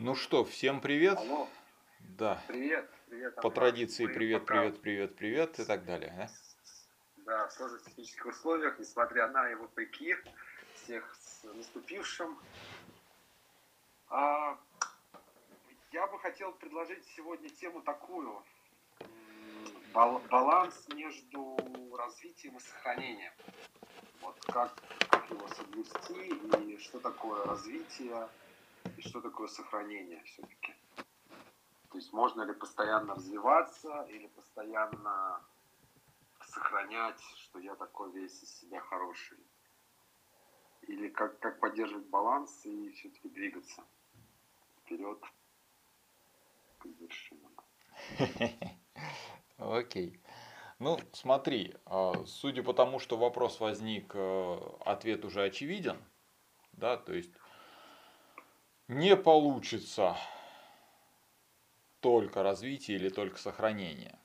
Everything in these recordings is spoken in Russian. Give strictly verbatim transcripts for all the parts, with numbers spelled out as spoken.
Ну что, всем привет. Алло, Да, привет, привет, по Анвар. традиции Мы привет, пока, привет, привет, привет и так далее. Да? да, в сложных технических условиях, несмотря на его вопреки, всех с наступившим. А, я бы хотел предложить сегодня тему такую. м, бал- баланс между развитием и сохранением. Вот как, как его соблюсти и что такое развитие и что такое сохранение все-таки. То есть можно ли постоянно развиваться или постоянно сохранять, что я такой весь из себя хороший. Или как, как поддерживать баланс и все-таки двигаться вперед к вершинам. Окей. Ну, смотри, а, судя по тому, что вопрос возник, э, ответ уже очевиден, да, то есть не получится только развитие или только сохранение.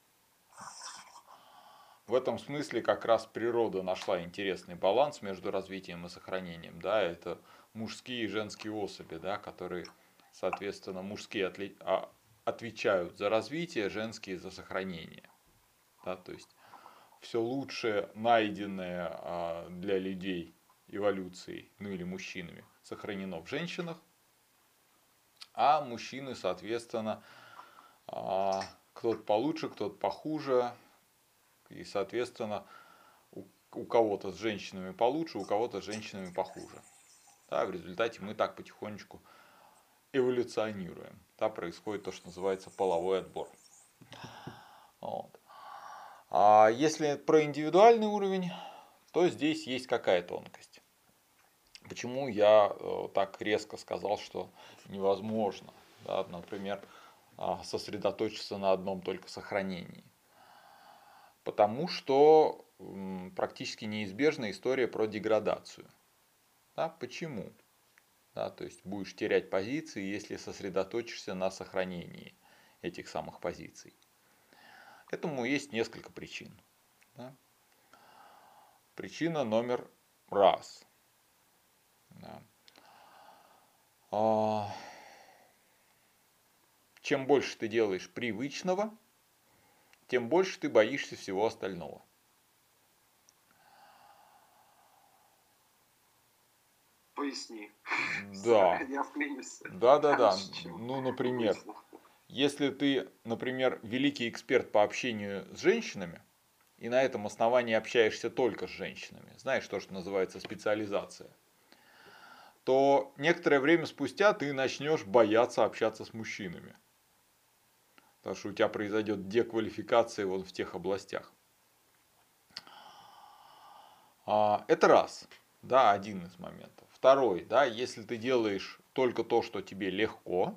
В этом смысле как раз природа нашла интересный баланс между развитием и сохранением. Да, это мужские и женские особи, да, которые, соответственно, мужские отли... а, отвечают за развитие, женские за сохранение. Да, то есть все лучшее, найденное а, для людей эволюцией, ну или мужчинами, сохранено в женщинах, а мужчины, соответственно, а, кто-то получше, кто-то похуже, и, соответственно, у, у кого-то с женщинами получше, у кого-то с женщинами похуже. Да, в результате мы так потихонечку эволюционируем. Да, происходит то, что называется половой отбор. Вот. А если про индивидуальный уровень, то здесь есть какая тонкость. Почему я э, так резко сказал, что невозможно, да, например, а, сосредоточиться на одном только сохранении? Потому что м, практически неизбежна история про деградацию. Да, почему? Да, то есть будешь терять позиции, если сосредоточишься на сохранении этих самых позиций. Этому есть несколько причин. Да. Причина номер раз. Да. А, чем больше ты делаешь привычного, тем больше ты боишься всего остального. Поясни. Да, Я вклинюсь да, да, да. раньше, чем Ну, например, обычно. если ты, например, великий эксперт по общению с женщинами, и на этом основании общаешься только с женщинами, знаешь то, что называется специализация, то некоторое время спустя ты начнешь бояться общаться с мужчинами. Потому что у тебя произойдет деквалификация вот в тех областях. Это раз, да, один из моментов. Второй, да, если ты делаешь только то, что тебе легко,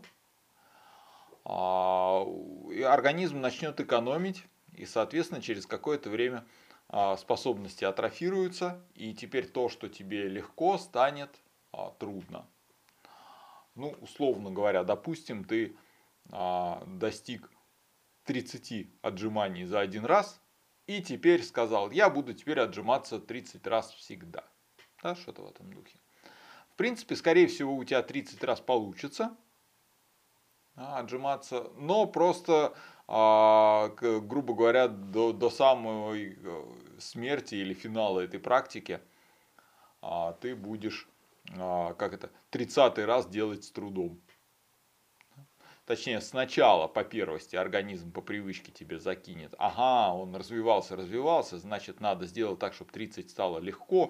организм начнет экономить, и, соответственно, через какое-то время способности атрофируются, и теперь то, что тебе легко, станет трудно. Ну, условно говоря, допустим, ты достиг тридцати отжиманий за один раз, и теперь сказал, я буду теперь отжиматься тридцать раз всегда. Да, что-то в этом духе. В принципе, скорее всего, у тебя тридцать раз получится да, отжиматься, но просто, а, к, грубо говоря, до, до самой смерти или финала этой практики а, ты будешь, а, как это, тридцатый раз делать с трудом. Точнее, сначала по первости организм по привычке тебе закинет. Ага, он развивался, развивался, значит, надо сделать так, чтобы тридцать стало легко,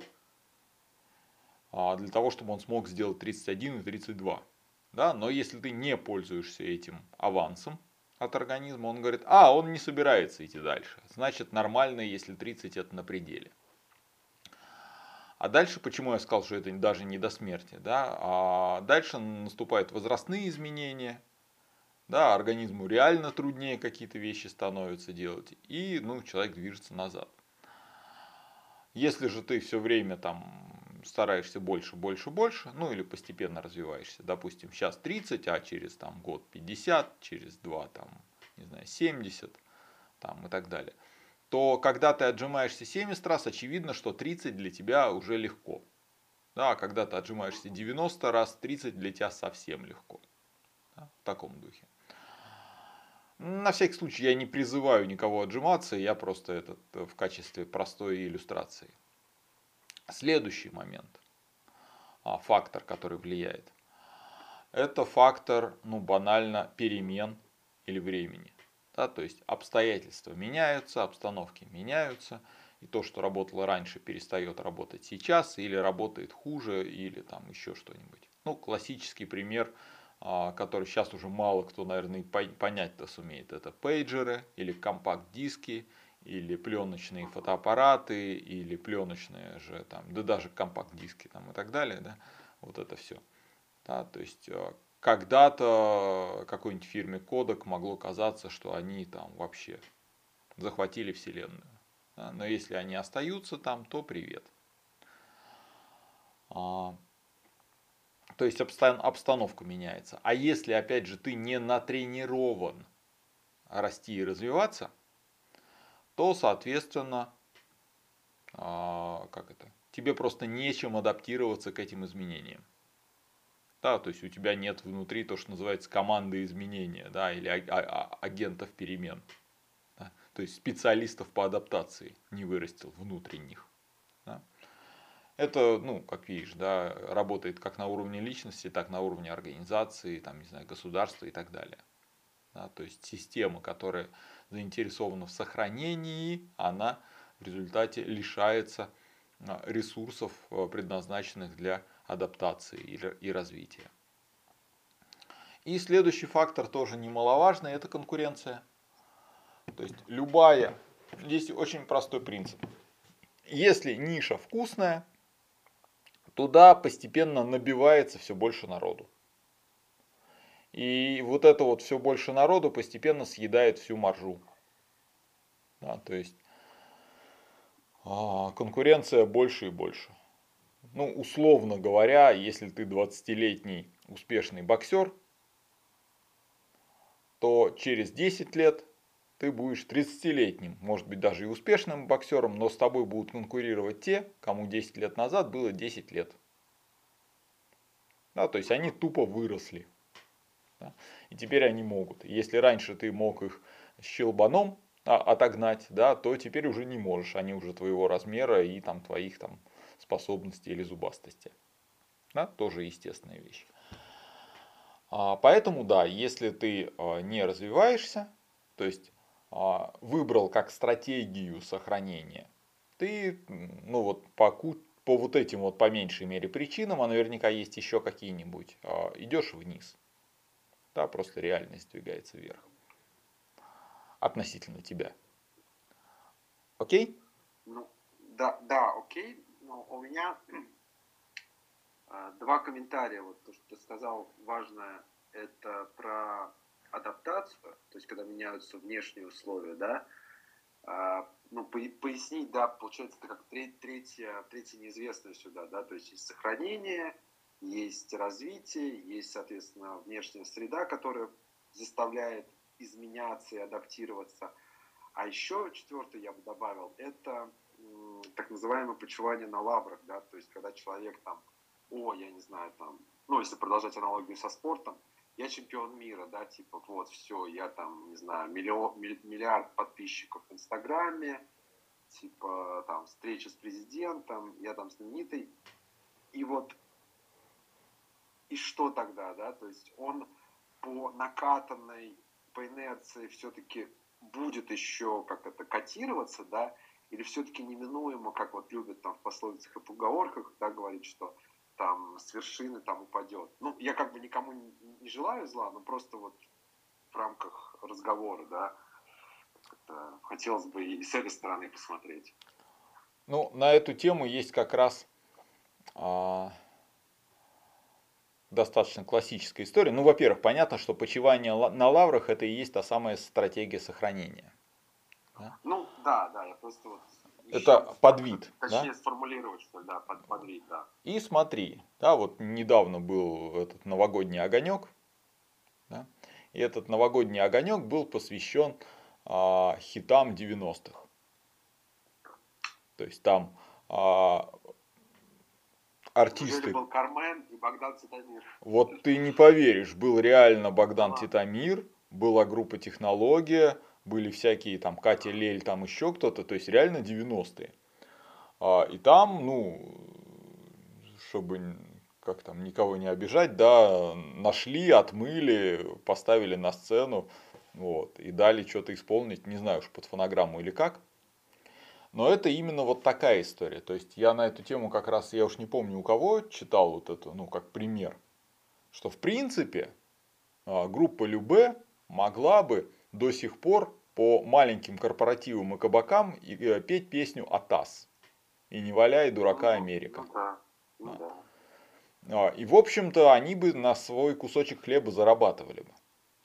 для того, чтобы он смог сделать тридцать один и тридцать два. Да? Но если ты не пользуешься этим авансом от организма, он говорит, а, он не собирается идти дальше. Значит, нормально, если тридцать это на пределе. А дальше, почему я сказал, что это даже не до смерти, да? А дальше наступают возрастные изменения, да, организму реально труднее какие-то вещи становятся делать, и ну, человек движется назад. Если же ты все время там стараешься больше, больше, больше, ну или постепенно развиваешься, допустим, сейчас тридцать, а через там, год пятьдесят, через два, там, не знаю, семьдесят там, и так далее, то когда ты отжимаешься семьдесят раз, очевидно, что тридцать для тебя уже легко. Да, а когда ты отжимаешься девяносто раз, тридцать для тебя совсем легко. Да, в таком духе. На всякий случай я не призываю никого отжиматься, я просто этот в качестве простой иллюстрации. Следующий момент, фактор, который влияет, это фактор, ну, банально перемен или времени. Да, то есть обстоятельства меняются, обстановки меняются, и то, что работало раньше, перестает работать сейчас, или работает хуже, или там еще что-нибудь. Ну, классический пример, который сейчас уже мало кто, наверное, понять-то сумеет, это пейджеры, или компакт-диски, или пленочные фотоаппараты, или пленочные же, там, да даже компакт-диски там, и так далее. Да, вот это все. Да, то есть когда-то какой-нибудь фирме Kodak могло казаться, что они там вообще захватили вселенную. Да, но если они остаются там, то привет. А, то есть обстановка меняется. А если, опять же, ты не натренирован расти и развиваться, то, соответственно, а, как это? Тебе просто нечем адаптироваться к этим изменениям. Да, то есть у тебя нет внутри то, что называется команды изменения, да, или агентов перемен. Да, то есть специалистов по адаптации не вырастил внутренних. Да. Это, ну, как видишь, да, работает как на уровне личности, так на уровне организации, там, не знаю, государства и так далее. Да, то есть система, которая заинтересована в сохранении, она в результате лишается ресурсов, предназначенных для адаптации и развития. И следующий фактор тоже немаловажный, это конкуренция. То есть любая, здесь очень простой принцип. Если ниша вкусная, туда постепенно набивается все больше народу. И вот это вот все больше народу постепенно съедает всю маржу. Да, то есть а, конкуренция больше и больше. Ну, условно говоря, если ты двадцатилетний успешный боксер, то через десять лет ты будешь тридцатилетним, может быть даже и успешным боксером, но с тобой будут конкурировать те, кому десять лет назад было десять лет. Да, то есть они тупо выросли. Да, и теперь они могут. Если раньше ты мог их щелбаном отогнать, да, то теперь уже не можешь. Они уже твоего размера и там, твоих там, способностей или зубастости. Да, тоже естественная вещь. А, поэтому да, если ты а, не развиваешься, то есть а, выбрал как стратегию сохранения, ты, ну вот по, по вот этим вот по меньшей мере причинам, а наверняка есть еще какие-нибудь, а, идешь вниз. Да, просто реальность двигается вверх. Относительно тебя. Окей? Ну, да, да, окей. Но у меня два комментария. Вот то, что ты сказал, важное, это про адаптацию, то есть когда меняются внешние условия, да. А, ну, по, пояснить, да, получается, это как треть, третья, третья неизвестная сюда, да, то есть есть сохранение, есть развитие, есть, соответственно, внешняя среда, которая заставляет изменяться и адаптироваться. А еще четвертое я бы добавил, это м, так называемое почивание на лаврах, да, то есть когда человек там, о, я не знаю, там, ну, если продолжать аналогию со спортом, я чемпион мира, да, типа, вот, все, я там, не знаю, миллион, миллиард подписчиков в Инстаграме, типа, там, встреча с президентом, я там знаменитый, и вот, и что тогда, да, то есть он по накатанной, по инерции все-таки будет еще как это котироваться, да, или все-таки неминуемо, как вот любят там в пословицах и поговорках, да, говорить, что там с вершины там упадет. Ну, я как бы никому не, не желаю зла, но просто вот в рамках разговора, да, это хотелось бы и с этой стороны посмотреть. Ну, на эту тему есть как раз а, достаточно классическая история. Ну, во-первых, понятно, что почивание на лаврах это и есть та самая стратегия сохранения. Да? Ну, да, да, я просто вот это подвид. Точнее Да? сформулировать, что ли, да, под, подвид, да. И смотри, да, вот недавно был этот новогодний огонек, да, и этот новогодний огонек был посвящен а, хитам девяностых. То есть там а, Неужели артисты. был Кармен и Богдан Титамир? Вот ты не поверишь, был реально Да Богдан ладно. Титамир, была группа Технология, были всякие там Катя Лель, там еще кто-то, то есть реально девяностые. А, и там, ну, чтобы как там никого не обижать, да, нашли, отмыли, поставили на сцену, вот, и дали что-то исполнить, не знаю уж под фонограмму или как. Но это именно вот такая история. То есть я на эту тему как раз, я уж не помню у кого читал вот эту, ну, как пример, что в принципе а, группа Любэ могла бы до сих пор по маленьким корпоративам и кабакам и- и петь песню «Атас» и «Не валяй дурака Ну, ну Америка». да. Ну Да. да. А, И, в общем-то, они бы на свой кусочек хлеба зарабатывали бы.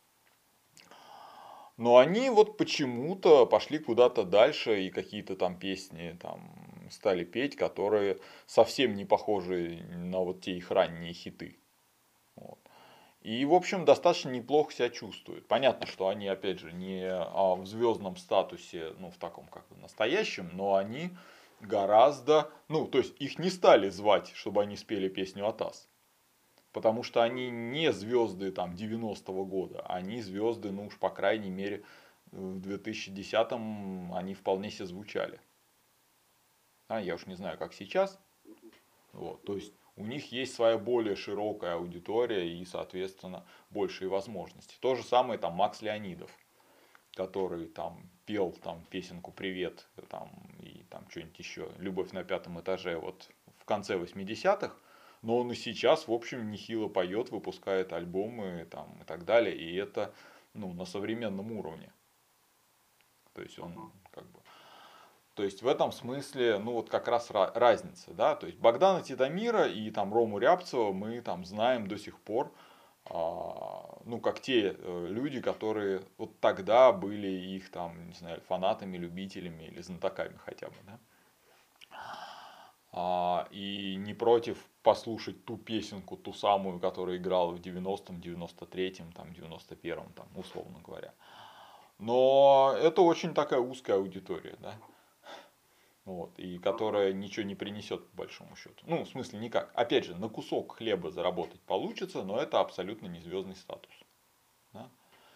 Но они вот почему-то пошли куда-то дальше и какие-то там песни там стали петь, которые совсем не похожи на вот те их ранние хиты. Вот. И, в общем, достаточно неплохо себя чувствуют. Понятно, что они, опять же, не а, в звездном статусе, ну, в таком как бы настоящем, но они гораздо, ну, то есть их не стали звать, чтобы они спели песню «Атас». Потому что они не звезды там девяностого года, они звезды, ну уж по крайней мере в две тысячи десятом они вполне себе звучали. А я уж не знаю, как сейчас. Вот, то есть у них есть своя более широкая аудитория и, соответственно, большие возможности. То же самое там Макс Леонидов, который там пел там песенку «Привет» там, и там что-нибудь еще, «Любовь на пятом этаже» вот в конце восьмидесятых, но он и сейчас, в общем, нехило поет, выпускает альбомы там, и так далее, и это ну, на современном уровне. То есть он как бы... То есть в этом смысле, ну вот как раз разница, да, то есть Богдана Титамира и там Рому Рябцева мы там знаем до сих пор, а, ну как те э, люди, которые вот тогда были их там, не знаю, фанатами, любителями или знатоками хотя бы, да. А, и не против послушать ту песенку, ту самую, которая играла в девяностом, девяносто третьем, там, девяносто первом, там, условно говоря. Но это очень такая узкая аудитория, да. Вот, и которая ничего не принесет по большому счету. Ну, в смысле никак. Опять же, на кусок хлеба заработать получится, но это абсолютно не звездный статус. Да?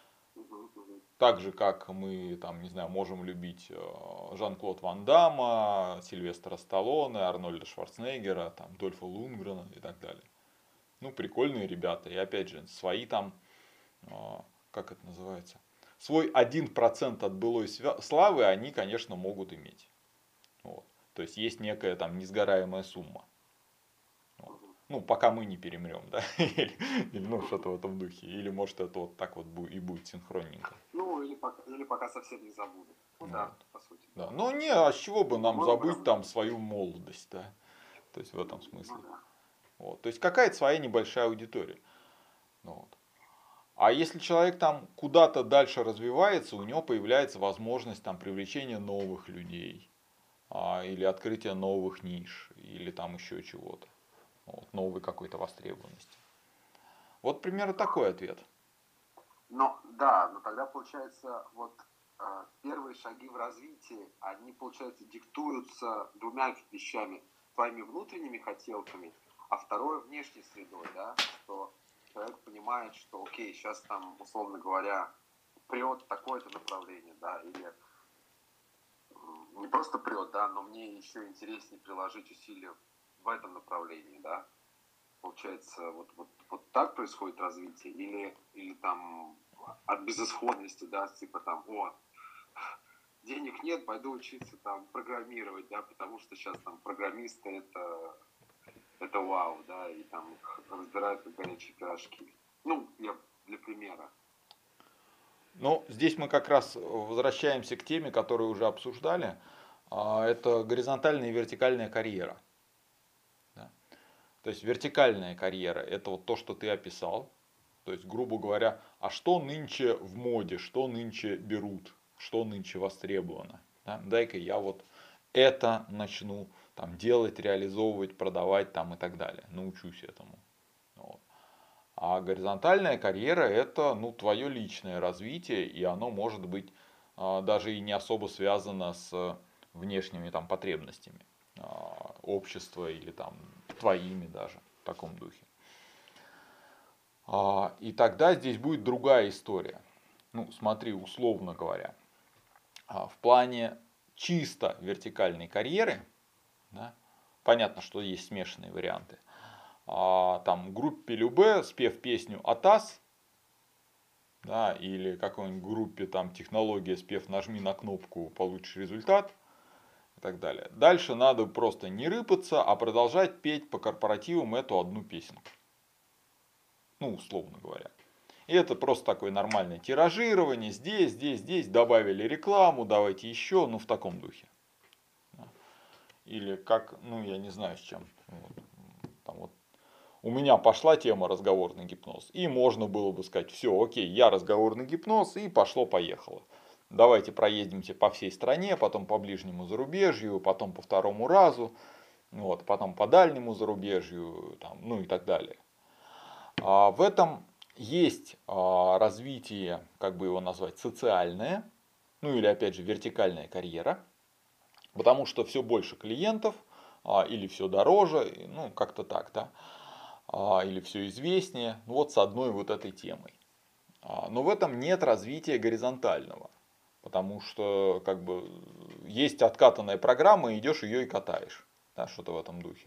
Так же, как мы, там, не знаю, можем любить э, Жан-Клод Ван Дамма, Сильвестра Сталлоне, Арнольда Шварценеггера, там, Дольфа Лундгрена и так далее. Ну, прикольные ребята. И опять же, свои там, э, как это называется, свой один процент от былой славы они, конечно, могут иметь. Вот. То есть есть некая там несгораемая сумма. Вот. Ну, пока мы не перемрем, да, или, или, ну, что-то в этом духе. Или может это вот так вот и будет синхронненько. Ну, или пока, или пока совсем не забудут. Ну да, Вот. по сути. Да. Ну не, а с чего бы нам Много забыть там равно. свою молодость, да? То есть в этом Ну смысле. да. Вот. То есть какая-то своя небольшая аудитория. Ну, вот. А если человек там куда-то дальше развивается, у него появляется возможность там привлечения новых людей, а, или открытия новых ниш, или там еще чего-то. Вот, новой какой-то востребованности. Вот примерно такой ответ. Но да, но тогда получается вот э, первые шаги в развитии, они, получается, диктуются двумя вещами. Твоими внутренними хотелками, а второе внешней средой, да, что человек понимает, что окей, сейчас там, условно говоря, прет такое-то направление, да, или не просто прет, да, но мне еще интереснее приложить усилия в этом направлении, да. Получается, вот, вот, вот так происходит развитие, или, или там от безысходности, да, типа там, о, денег нет, пойду учиться там программировать, да, потому что сейчас там программисты это, это вау, да, и там их разбирают как горячие пирожки. Ну, я для примера. Ну, здесь мы как раз возвращаемся к теме, которую уже обсуждали. А, это горизонтальная и вертикальная карьера. Да. То есть вертикальная карьера – это вот то, что ты описал. То есть, грубо говоря, а что нынче в моде, что нынче берут, что нынче востребовано. Да? Дай-ка я вот это начну там, делать, реализовывать, продавать там, и так далее. Научусь этому. Вот. А горизонтальная карьера – это ну, твое личное развитие, и оно может быть а, даже и не особо связано с внешними там, потребностями а, общества или там, твоими даже, в таком духе. А, и тогда здесь будет другая история. Ну, смотри, условно говоря, а, в плане чисто вертикальной карьеры, да, понятно, что есть смешанные варианты. А, там группе Любе, спев песню «Атас», да, или какой-нибудь группе там технология, спев «Нажми на кнопку, получишь результат» и так далее. Дальше надо просто не рыпаться, а продолжать петь по корпоративам эту одну песенку. Ну, условно говоря. И это просто такое нормальное тиражирование. Здесь, здесь, здесь добавили рекламу, давайте еще, ну в таком духе. Или как, ну я не знаю с чем. Вот, там вот у меня пошла тема разговорный гипноз. И можно было бы сказать, все, окей, я разговорный гипноз, и пошло-поехало. Давайте проедемте по всей стране, потом по ближнему зарубежью, потом по второму разу, вот, потом по дальнему зарубежью, там, ну и так далее. А в этом есть а, развитие, как бы его назвать, социальное, ну или опять же вертикальная карьера, потому что все больше клиентов, а, или все дороже, ну как-то так, да. Или все известнее, вот с одной вот этой темой. Но в этом нет развития горизонтального, потому что как бы есть откатанная программа, идешь ее и катаешь, да, что-то в этом духе.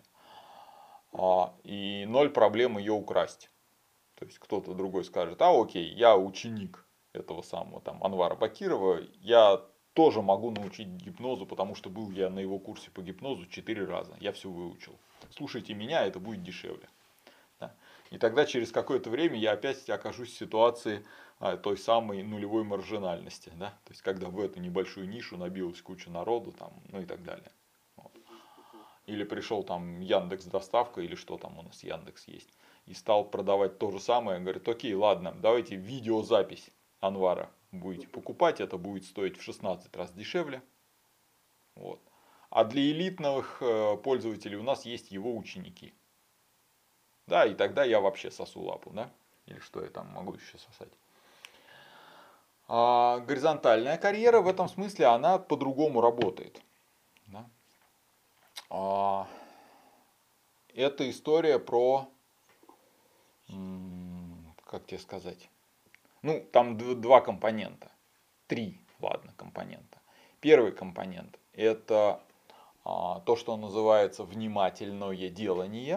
И ноль проблем ее украсть. То есть кто-то другой скажет, а окей, я ученик этого самого там Анвара Бакирова, я тоже могу научить гипнозу, потому что был я на его курсе по гипнозу четыре раза, я все выучил. Слушайте меня, это будет дешевле. И тогда через какое-то время я опять окажусь в ситуации той самой нулевой маржинальности. Да? То есть когда в эту небольшую нишу набилась куча народу, там, ну и так далее. Вот. Или пришел там Яндекс доставка, или что там у нас Яндекс есть, и стал продавать то же самое. Говорит, окей, ладно, давайте видеозапись Анвара будете покупать, это будет стоить в шестнадцать раз дешевле. Вот. А для элитных пользователей у нас есть его ученики. Да, и тогда я вообще сосу лапу, да? Или что я там могу еще сосать? А горизонтальная карьера в этом смысле, она по-другому работает. Да? А это история про, как тебе сказать, ну, там два компонента, три, ладно, компонента. Первый компонент – это а, то, что называется внимательное делание.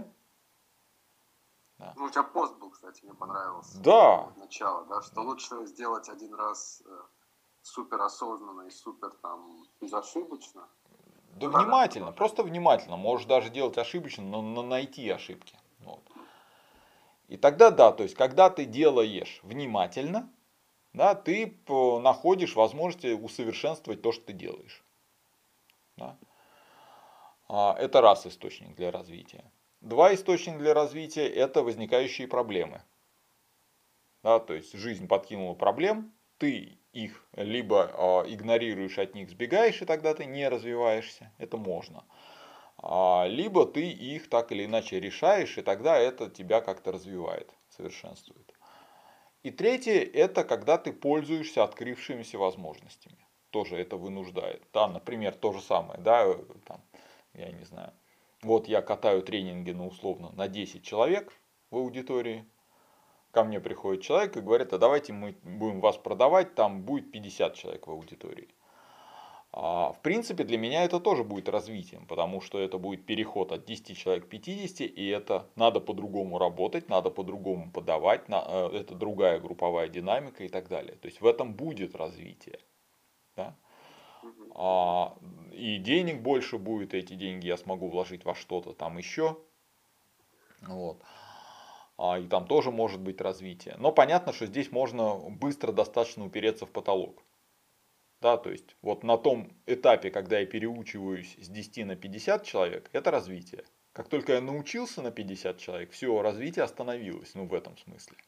Да. Ну, у тебя пост был, кстати, мне понравился. Да. Начало, да, что лучше сделать один раз э, супер осознанно и супер там безошибочно. Да, ну, внимательно, да, да. просто внимательно. Можешь даже делать ошибочно, но, но найти ошибки. Вот. И тогда да, то есть когда ты делаешь внимательно, да, ты находишь возможности усовершенствовать то, что ты делаешь. Да. Это раз источник для развития. Два источника для развития – это возникающие проблемы. Да, то есть жизнь подкинула проблем, ты их либо игнорируешь, от них сбегаешь, и тогда ты не развиваешься, это можно. Либо ты их так или иначе решаешь, и тогда это тебя как-то развивает, совершенствует. И третье – это когда ты пользуешься открывшимися возможностями. Тоже это вынуждает. Да, например, то же самое, да, там, я не знаю. Вот я катаю тренинги на условно на десять человек в аудитории. Ко мне приходит человек и говорит, а давайте мы будем вас продавать, там будет пятьдесят человек в аудитории. А, в принципе, для меня это тоже будет развитием, потому что это будет переход от десяти человек к пятидесяти, и это надо по-другому работать, надо по-другому подавать, это другая групповая динамика и так далее. То есть в этом будет развитие. Да? А, и денег больше будет, эти деньги я смогу вложить во что-то там еще. Вот. А, и там тоже может быть развитие. Но понятно, что здесь можно быстро достаточно упереться в потолок. Да, то есть вот на том этапе, когда я переучиваюсь с десяти на пятьдесят человек, это развитие. Как только я научился на пятьдесят человек, все, развитие остановилось, ну в этом смысле.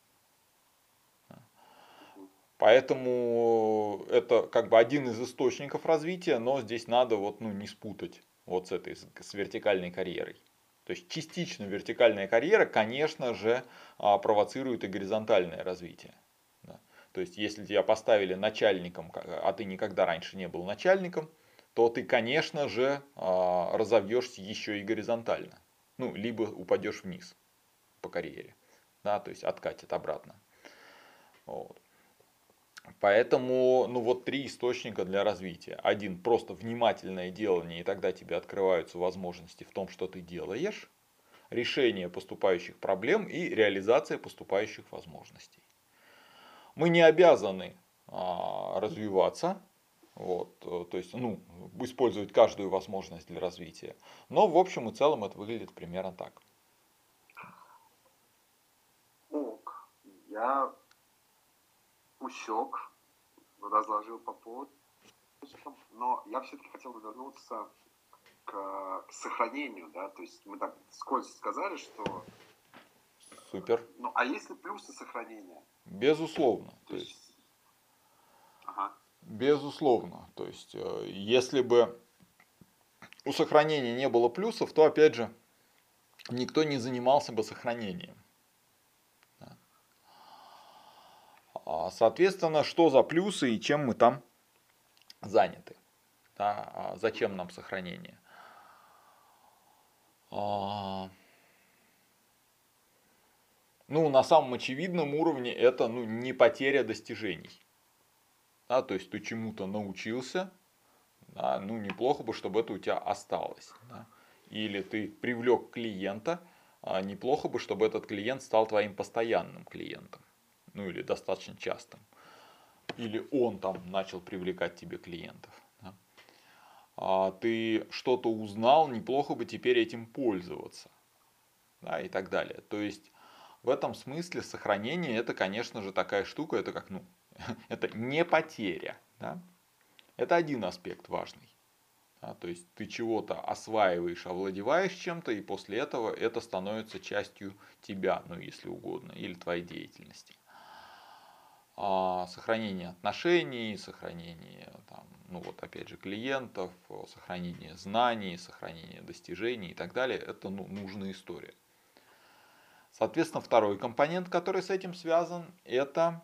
Поэтому это как бы один из источников развития, но здесь надо вот, ну, не спутать вот с этой, с вертикальной карьерой. То есть частично вертикальная карьера, конечно же, провоцирует и горизонтальное развитие. То есть, если тебя поставили начальником, а ты никогда раньше не был начальником, то ты, конечно же, разовьешься еще и горизонтально. Ну, либо упадешь вниз по карьере. Да, то есть откатит обратно. Вот. Поэтому, ну вот три источника для развития. Один просто внимательное делание, и тогда тебе открываются возможности в том, что ты делаешь. Решение поступающих проблем и реализация поступающих возможностей. Мы не обязаны а, развиваться, вот, то есть, ну, использовать каждую возможность для развития. Но в общем и целом это выглядит примерно так. Ок, я усек, разложил по полочкам, но я все-таки хотел бы вернуться к, к сохранению, да, то есть мы так вскользь сказали, что... Супер. Ну, а есть ли плюсы сохранения? Безусловно. То, то есть... есть, ага. безусловно. То есть, если бы у сохранения не было плюсов, то опять же никто не занимался бы сохранением. Соответственно, что за плюсы и чем мы там заняты? Да? Зачем нам сохранение? Ну, на самом очевидном уровне это ну, не потеря достижений. Да, то есть ты чему-то научился, да, ну неплохо бы, чтобы это у тебя осталось. Да. Или ты привлек клиента, а неплохо бы, чтобы этот клиент стал твоим постоянным клиентом. Ну или достаточно частым. Или он там начал привлекать тебе клиентов. Да. А ты что-то узнал, неплохо бы теперь этим пользоваться. Да, и так далее. То есть в этом смысле сохранение это, конечно же, такая штука, это как, ну, это не потеря. Да? Это один аспект важный. Да? То есть ты чего-то осваиваешь, овладеваешь чем-то, и после этого это становится частью тебя, ну, если угодно, или твоей деятельности. А сохранение отношений, сохранение, там, ну вот опять же, клиентов, сохранение знаний, сохранение достижений и так далее, это ну, нужная история. Соответственно, второй компонент, который с этим связан, это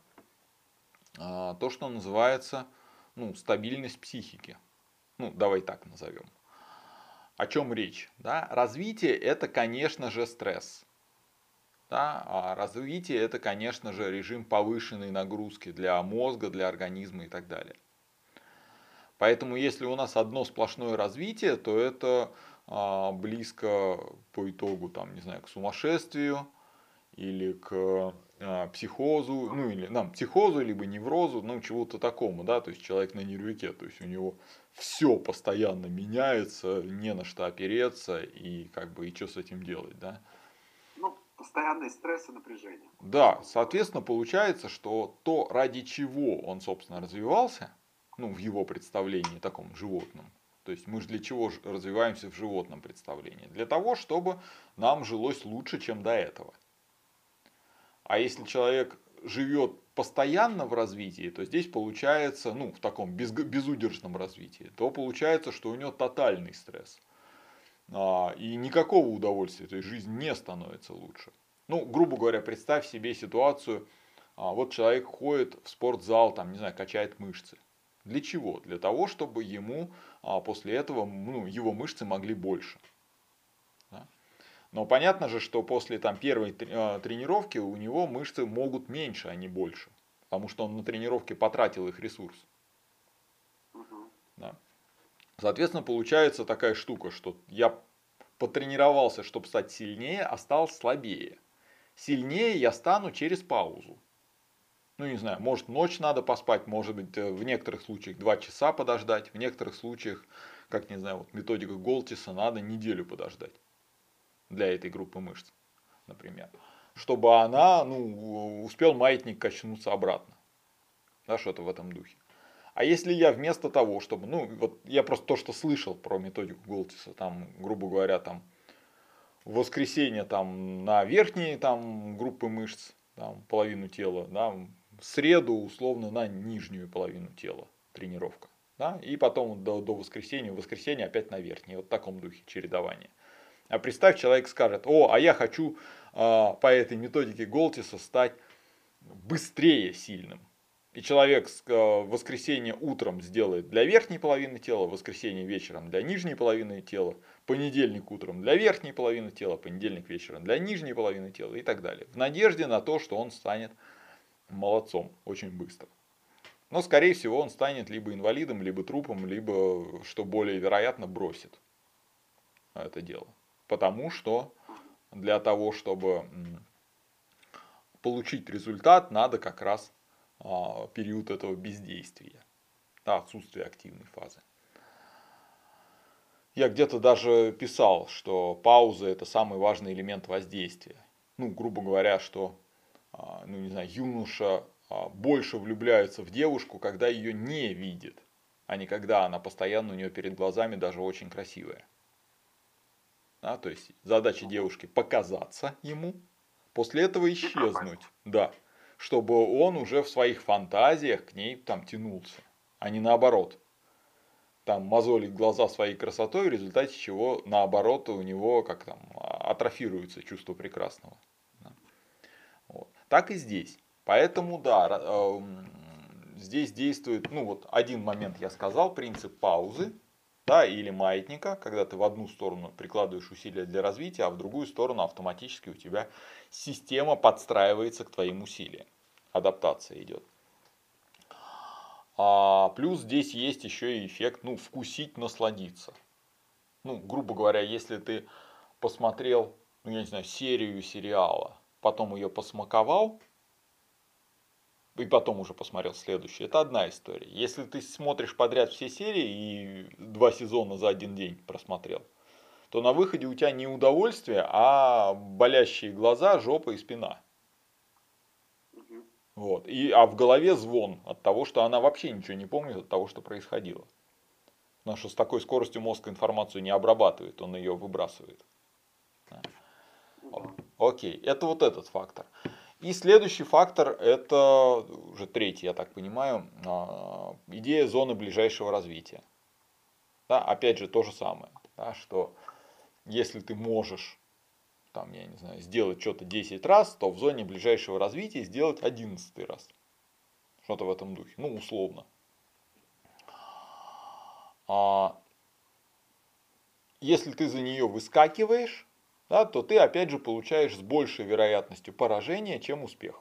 а, то, что называется ну, стабильность психики. Ну, давай так назовем. О чем речь? Да? Развитие это, конечно же, стресс. Да? А развитие это, конечно же, режим повышенной нагрузки для мозга, для организма и так далее. Поэтому, если у нас одно сплошное развитие, то это а, близко по итогу, там, не знаю, к сумасшествию, или к а, психозу, ну или нам да, психозу, либо неврозу, ну чего-то такому, да, то есть человек на нервике, то есть у него все постоянно меняется, не на что опереться и как бы и что с этим делать, да. Ну, постоянный стресс и напряжение. Да, соответственно, получается, что то, ради чего он, собственно, развивался, ну, в его представлении таком животном, то есть мы же для чего развиваемся в животном представлении? Для того, чтобы нам жилось лучше, чем до этого. А если человек живет постоянно в развитии, то здесь получается, ну, в таком без, безудержном развитии, то получается, что у него тотальный стресс. А, и никакого удовольствия, то есть жизнь не становится лучше. Ну, грубо говоря, представь себе ситуацию, а, вот человек ходит в спортзал, там, не знаю, качает мышцы. Для чего? Для того, чтобы ему а, после этого, ну, его мышцы могли больше. Да? Но понятно же, что после там, первой тренировки у него мышцы могут меньше, а не больше. Потому что он на тренировке потратил их ресурс. Угу. Да. Соответственно, получается такая штука, что я потренировался, чтобы стать сильнее, а стал слабее. Сильнее я стану через паузу. Ну, не знаю, может ночь надо поспать, может быть в некоторых случаях два часа подождать, в некоторых случаях, как не знаю, вот методика Голтиса, надо неделю подождать. Для этой группы мышц, например. Чтобы она, ну, успел маятник качнуться обратно. Да, что-то в этом духе. А если я вместо того, чтобы, ну, вот я просто то, что слышал про методику Голтиса, там, грубо говоря, там, в воскресенье там на верхние там группы мышц, там, половину тела, да, в среду условно на нижнюю половину тела тренировка. Да, и потом до, до воскресенья, в воскресенье опять на верхние. Вот в таком духе чередование. А представь, человек скажет: о, а я хочу а, по этой методике Голтиса стать быстрее сильным. И человек в воскресенье утром сделает для верхней половины тела, в воскресенье вечером для нижней половины тела, понедельник утром для верхней половины тела, понедельник вечером для нижней половины тела и так далее. В надежде на то, что он станет молодцом очень быстро. Но, скорее всего, он станет либо инвалидом, либо трупом, либо, что более вероятно, бросит это дело. Потому что для того, чтобы получить результат, надо как раз период этого бездействия, да, отсутствие активной фазы. Я где-то даже писал, что пауза – это самый важный элемент воздействия. Ну, грубо говоря, что, ну, не знаю, юноша больше влюбляется в девушку, когда ее не видит, а не когда она постоянно у нее перед глазами, даже очень красивая. Да, то есть задача девушки – показаться ему, после этого исчезнуть. Да. Чтобы он уже в своих фантазиях к ней там тянулся, а не наоборот. Там мозолить глаза своей красотой, в результате чего наоборот у него как там атрофируется чувство прекрасного. Вот. Так и здесь. Поэтому да, здесь действует, ну вот один момент я сказал, принцип паузы, да, или маятника, когда ты в одну сторону прикладываешь усилия для развития, а в другую сторону автоматически у тебя система подстраивается к твоим усилиям. Адаптация идет. А плюс здесь есть еще и эффект, ну, вкусить, насладиться. Ну, грубо говоря, если ты посмотрел, ну, я не знаю, серию сериала, потом ее посмаковал, и потом уже посмотрел следующий, это одна история. Если ты смотришь подряд все серии и два сезона за один день просмотрел, то на выходе у тебя не удовольствие, а болящие глаза, жопа и спина. Вот. И, а в голове звон от того, что она вообще ничего не помнит от того, что происходило. Потому что с такой скоростью мозг информацию не обрабатывает, он ее выбрасывает. Окей, это вот этот фактор. И следующий фактор, это уже третий, я так понимаю, идея зоны ближайшего развития. Да, опять же, то же самое, да, что если ты можешь там, я не знаю, сделать что-то десять раз, то в зоне ближайшего развития сделать одиннадцатый раз. Что-то в этом духе, ну, условно. А если ты за нее выскакиваешь, да, то ты опять же получаешь с большей вероятностью поражения, чем успех.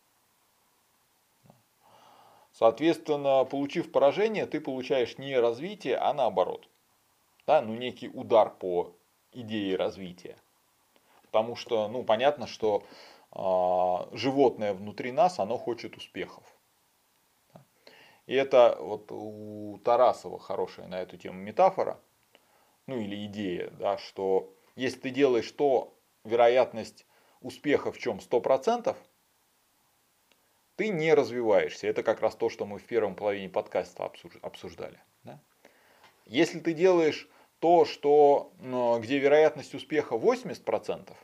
Соответственно, получив поражение, ты получаешь не развитие, а наоборот. Да, ну, некий удар по идее развития. Потому что, ну, понятно, что э, животное внутри нас, оно хочет успехов. И это вот у Тарасова хорошая на эту тему метафора, ну или идея, да, что если ты делаешь то, вероятность успеха в чем сто процентов, ты не развиваешься. Это как раз то, что мы в первом половине подкаста обсуждали. Да? Если ты делаешь то, что, где вероятность успеха восемьдесят процентов,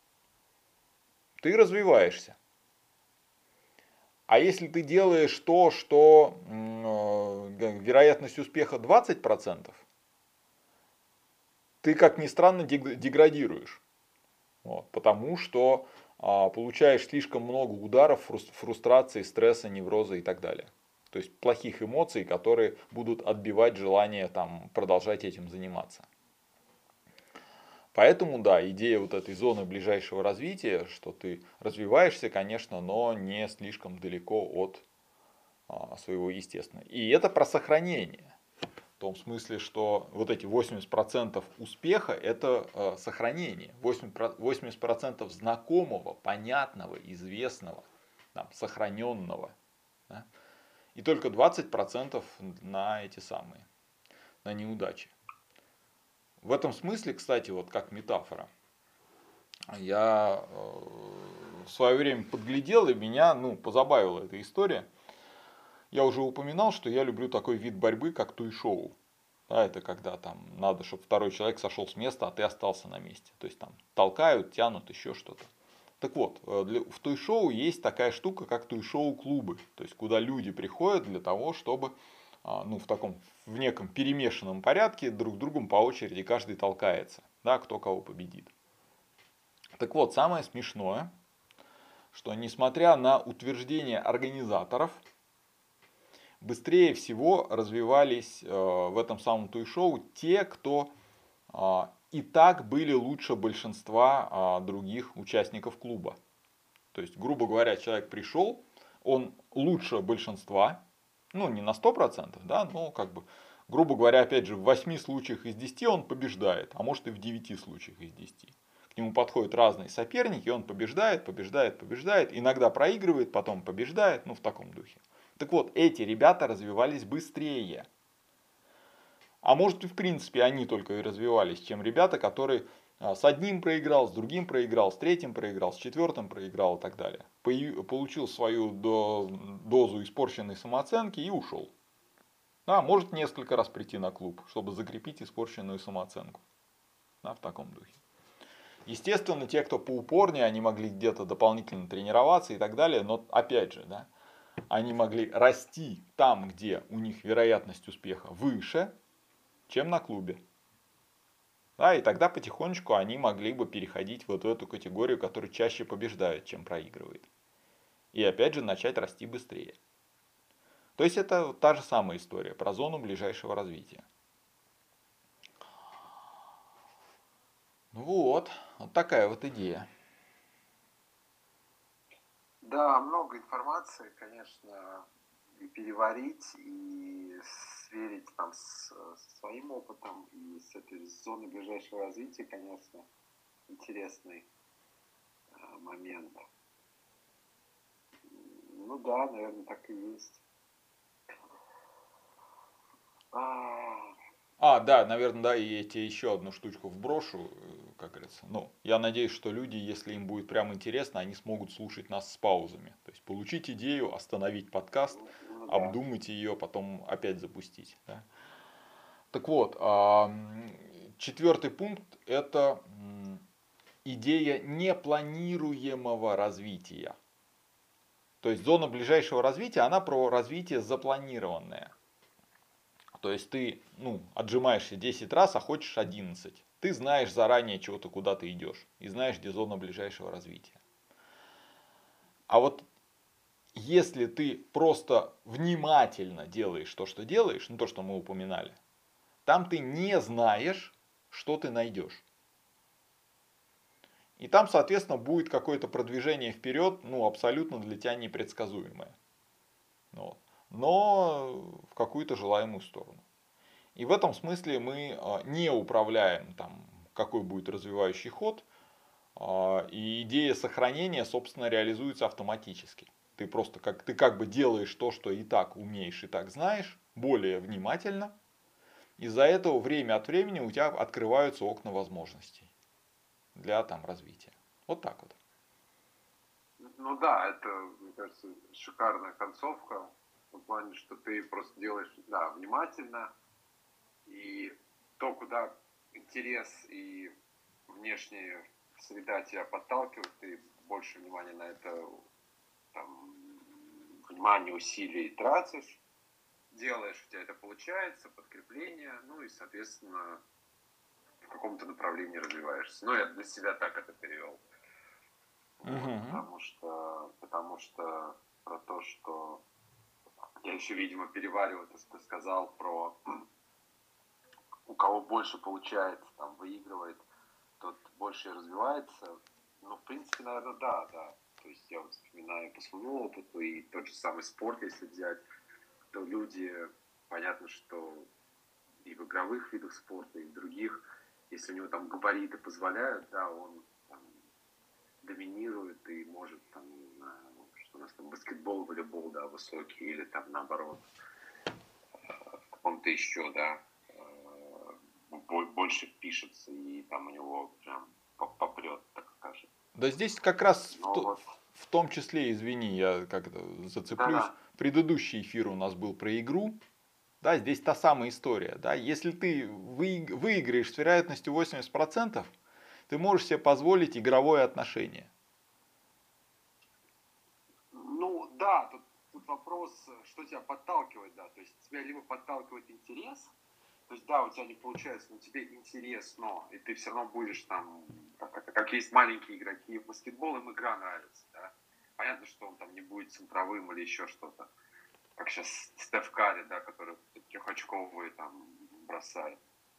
ты развиваешься. А если ты делаешь то, что вероятность успеха двадцать процентов, ты, как ни странно, деградируешь. Вот, потому что а, получаешь слишком много ударов, фрустрации, стресса, невроза и так далее. То есть плохих эмоций, которые будут отбивать желание там, продолжать этим заниматься. Поэтому, да, идея вот этой зоны ближайшего развития, что ты развиваешься, конечно, но не слишком далеко от а, своего естественного. И это про сохранение. В том смысле, что вот эти восемьдесят процентов успеха – это э, сохранение. восемьдесят процентов знакомого, понятного, известного, там, сохраненного. Да? И только двадцать процентов на эти самые, на неудачи. В этом смысле, кстати, вот как метафора, я э, в свое время подглядел, и меня ну, позабавила эта история. Я уже упоминал, что я люблю такой вид борьбы, как туй-шоу. Да, это когда там надо, чтобы второй человек сошел с места, а ты остался на месте. То есть там толкают, тянут, еще что-то. Так вот, в туй-шоу есть такая штука, как туй-шоу-клубы. То есть куда люди приходят для того, чтобы ну, в таком в неком перемешанном порядке друг другом по очереди каждый толкается. Да, кто кого победит. Так вот, самое смешное, что несмотря на утверждение организаторов, быстрее всего развивались э, в этом самом туй-шоу те, кто э, и так были лучше большинства э, других участников клуба. То есть, грубо говоря, человек пришел, он лучше большинства, ну не на сто процентов, да, но как бы, грубо говоря, опять же, в восьми случаях из десяти он побеждает, а может и в девяти случаях из десяти. К нему подходят разные соперники, он побеждает, побеждает, побеждает, иногда проигрывает, потом побеждает, ну в таком духе. Так вот, эти ребята развивались быстрее. А может и в принципе они только и развивались, чем ребята, которые с одним проиграл, с другим проиграл, с третьим проиграл, с четвертым проиграл и так далее. Получил свою дозу испорченной самооценки и ушел. Да, может несколько раз прийти на клуб, чтобы закрепить испорченную самооценку. Да, в таком духе. Естественно, те, кто поупорнее, они могли где-то дополнительно тренироваться и так далее, но опять же, да, они могли расти там, где у них вероятность успеха выше, чем на клубе. Да, и тогда потихонечку они могли бы переходить вот в эту категорию, которая чаще побеждает, чем проигрывает. И опять же начать расти быстрее. То есть это та же самая история про зону ближайшего развития. Ну вот, вот такая вот идея. Да, много информации, конечно, и переварить, и сверить там с, со своим опытом, и с этой зоной ближайшего развития, конечно, интересный э, момент. Ну да, наверное, так и есть. А, А, да, наверное, да, и я тебе еще одну штучку вброшу, как говорится. Ну, я надеюсь, что люди, если им будет прям интересно, они смогут слушать нас с паузами. То есть получить идею, остановить подкаст, ну да. обдумать ее, потом опять запустить. Да? Так вот, четвертый пункт – это идея непланируемого развития. То есть зона ближайшего развития, она про развитие запланированное. То есть ты, ну, отжимаешься десять раз, а хочешь одиннадцать. Ты знаешь заранее, чего ты куда ты идешь. И знаешь, где зона ближайшего развития. А вот если ты просто внимательно делаешь то, что делаешь, ну то, что мы упоминали, там ты не знаешь, что ты найдешь. И там, соответственно, будет какое-то продвижение вперед, ну, абсолютно для тебя непредсказуемое. Вот. Но в какую-то желаемую сторону. И в этом смысле мы не управляем, там, какой будет развивающий ход, и идея сохранения, собственно, реализуется автоматически. Ты просто как, ты как бы делаешь то, что и так умеешь, и так знаешь, более внимательно. Из-за этого время от времени у тебя открываются окна возможностей для там, развития. Вот так вот. Ну да, это, мне кажется, шикарная концовка. В том плане, что ты просто делаешь, да, внимательно. И то, куда интерес и внешняя среда тебя подталкивает, ты больше внимания на это, там, внимание, усилий тратишь, делаешь, у тебя это получается, подкрепление, ну и, соответственно, в каком-то направлении развиваешься. Ну, я для себя так это перевел. Вот, Угу. потому что, потому что про то, что я еще, видимо, перевариваю то, что ты сказал про у кого больше получается, там, выигрывает, тот больше и развивается. Ну, в принципе, наверное, да, да. То есть я вот вспоминаю по своему опыту и тот же самый спорт, если взять, то люди, понятно, что и в игровых видах спорта, и в других, если у него там габариты позволяют, да, он там доминирует и может там, не знаю, что у нас там баскетбол, волейбол, да, высокий, или там наоборот, в каком-то еще, да, больше пишется, и там у него прям попрет, так скажем. Да здесь как раз в, то, вот. в том числе, извини, я как-то зацеплюсь, Да-да. предыдущий эфир у нас был про игру. Да, здесь та самая история. Да? Если ты выиграешь с вероятностью восемьдесят процентов, ты можешь себе позволить игровое отношение. Ну да, тут, тут вопрос, что тебя подталкивает, да. То есть тебя либо подталкивает интерес, то есть да, у тебя не получается, но тебе интересно, и ты все равно будешь там, как, как есть маленькие игроки в баскетбол, им игра нравится, да. Понятно, что он там не будет центровым или еще что-то. как сейчас Стеф Карри, да, который трехочковые там бросает.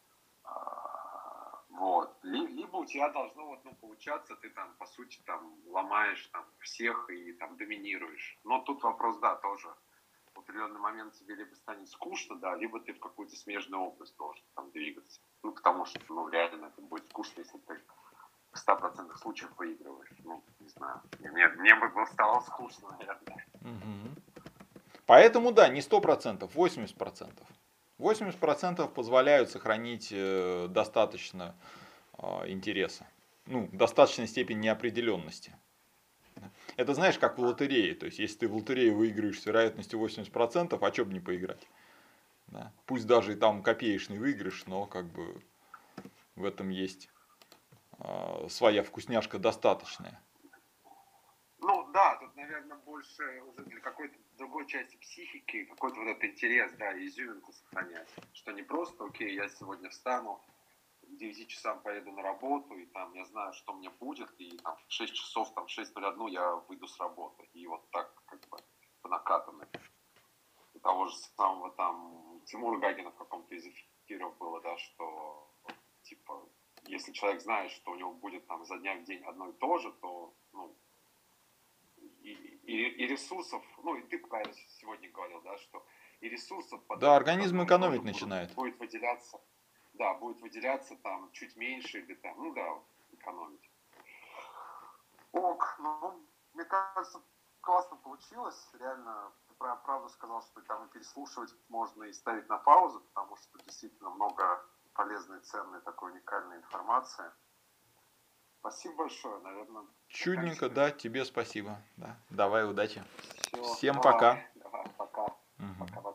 А, вот. Либо у тебя должно вот, ну, получаться, ты там, по сути, там ломаешь там всех и там доминируешь. Но тут вопрос, да, тоже в определенный момент тебе либо станет скучно, да, либо ты в какую-то смежную область должен там двигаться. Ну, потому что, ну, реально это будет скучно, если ты в ста процентах случаев выигрываешь. Ну, не знаю. Мне, мне бы стало скучно, наверное. Угу. Поэтому, да, не сто процентов, восемьдесят процентов. восемьдесят процентов позволяют сохранить э, достаточно э, интереса. Ну, достаточной степени неопределенности. Это знаешь, как в лотерее. То есть, если ты в лотерее выигрываешь с вероятностью восемьдесят процентов, а что бы не поиграть? Да? Пусть даже и там копеечный выигрыш, но как бы в этом есть э, своя вкусняшка достаточная. Ну да, тут, наверное, больше уже для какой-то другой части психики, какой-то вот этот интерес, да, изюминку сохранять. Что не просто, окей, я сегодня встану, к девяти часам поеду на работу, и там я знаю, что мне будет, и там в шесть часов, там в шесть ноль один я выйду с работы. И вот так как бы по накатанной. У того же самого там Тимура Гагина в каком-то из эфиров было, да, что типа, если человек знает, что у него будет там за дня в день одно и то же, то, ну, и, и, и ресурсов, ну, и ты пока сегодня говорил, да, что и ресурсов под Да, это под организм одно и то же экономить будет, начинает. будет выделяться, да, будет выделяться там чуть меньше или там, ну да, экономить. Ок, ну, мне кажется, классно получилось, реально, ты правду сказал, что там и переслушивать можно и ставить на паузу, потому что действительно много полезной, ценной, такой уникальной информации. Спасибо большое, наверное, Чудненько, заканчиваем. да, тебе спасибо. Да. Давай, удачи. Все, Всем давай, пока. давай, пока. Угу. Пока-пока.